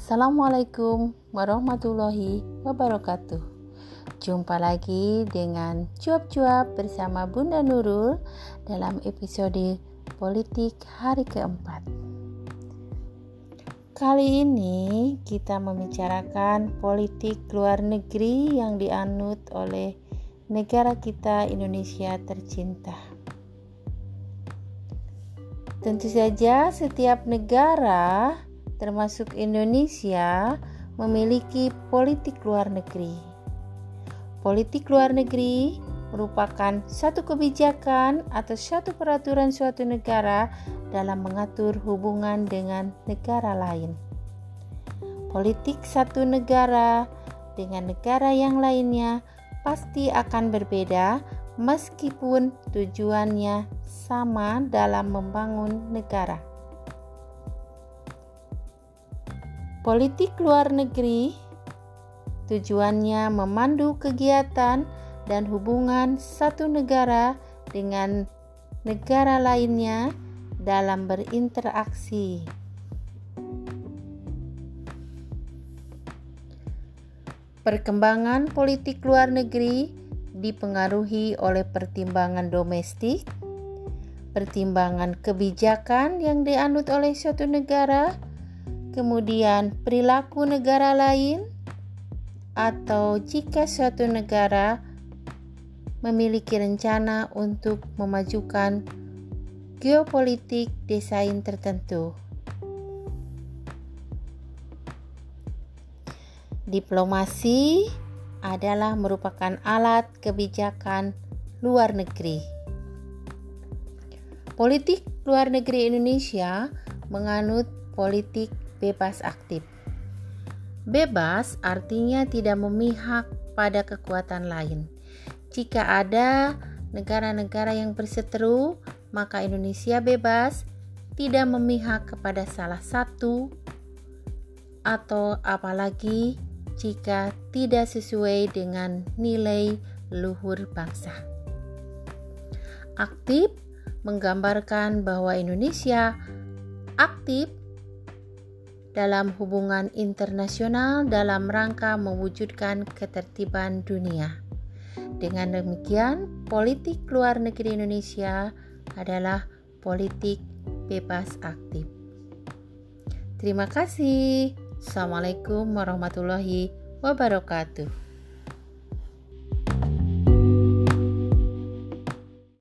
Assalamualaikum warahmatullahi wabarakatuh. Jumpa lagi dengan cuap-cuap bersama Bunda Nurul dalam episode politik hari keempat. Kali ini kita membicarakan politik luar negeri yang dianut oleh negara kita Indonesia tercinta. Tentu saja setiap negara termasuk Indonesia memiliki politik luar negeri. Politik luar negeri merupakan satu kebijakan atau satu peraturan suatu negara dalam mengatur hubungan dengan negara lain. Politik satu negara dengan negara yang lainnya pasti akan berbeda meskipun tujuannya sama dalam membangun negara. Politik luar negeri tujuannya memandu kegiatan dan hubungan satu negara dengan negara lainnya dalam berinteraksi. Perkembangan politik luar negeri dipengaruhi oleh pertimbangan domestik, pertimbangan kebijakan yang dianut oleh suatu negara, kemudian perilaku negara lain, atau jika suatu negara memiliki rencana untuk memajukan geopolitik desain tertentu. Diplomasi adalah merupakan alat kebijakan luar negeri. Politik luar negeri Indonesia menganut politik bebas aktif. Bebas artinya tidak memihak pada kekuatan lain. Jika ada negara-negara yang berseteru, maka Indonesia bebas tidak memihak kepada salah satu atau apalagi jika tidak sesuai dengan nilai luhur bangsa. Aktif menggambarkan bahwa Indonesia aktif dalam hubungan internasional dalam rangka mewujudkan ketertiban dunia. Dengan demikian, politik luar negeri Indonesia adalah politik bebas aktif. Terima kasih. Assalamualaikum warahmatullahi wabarakatuh.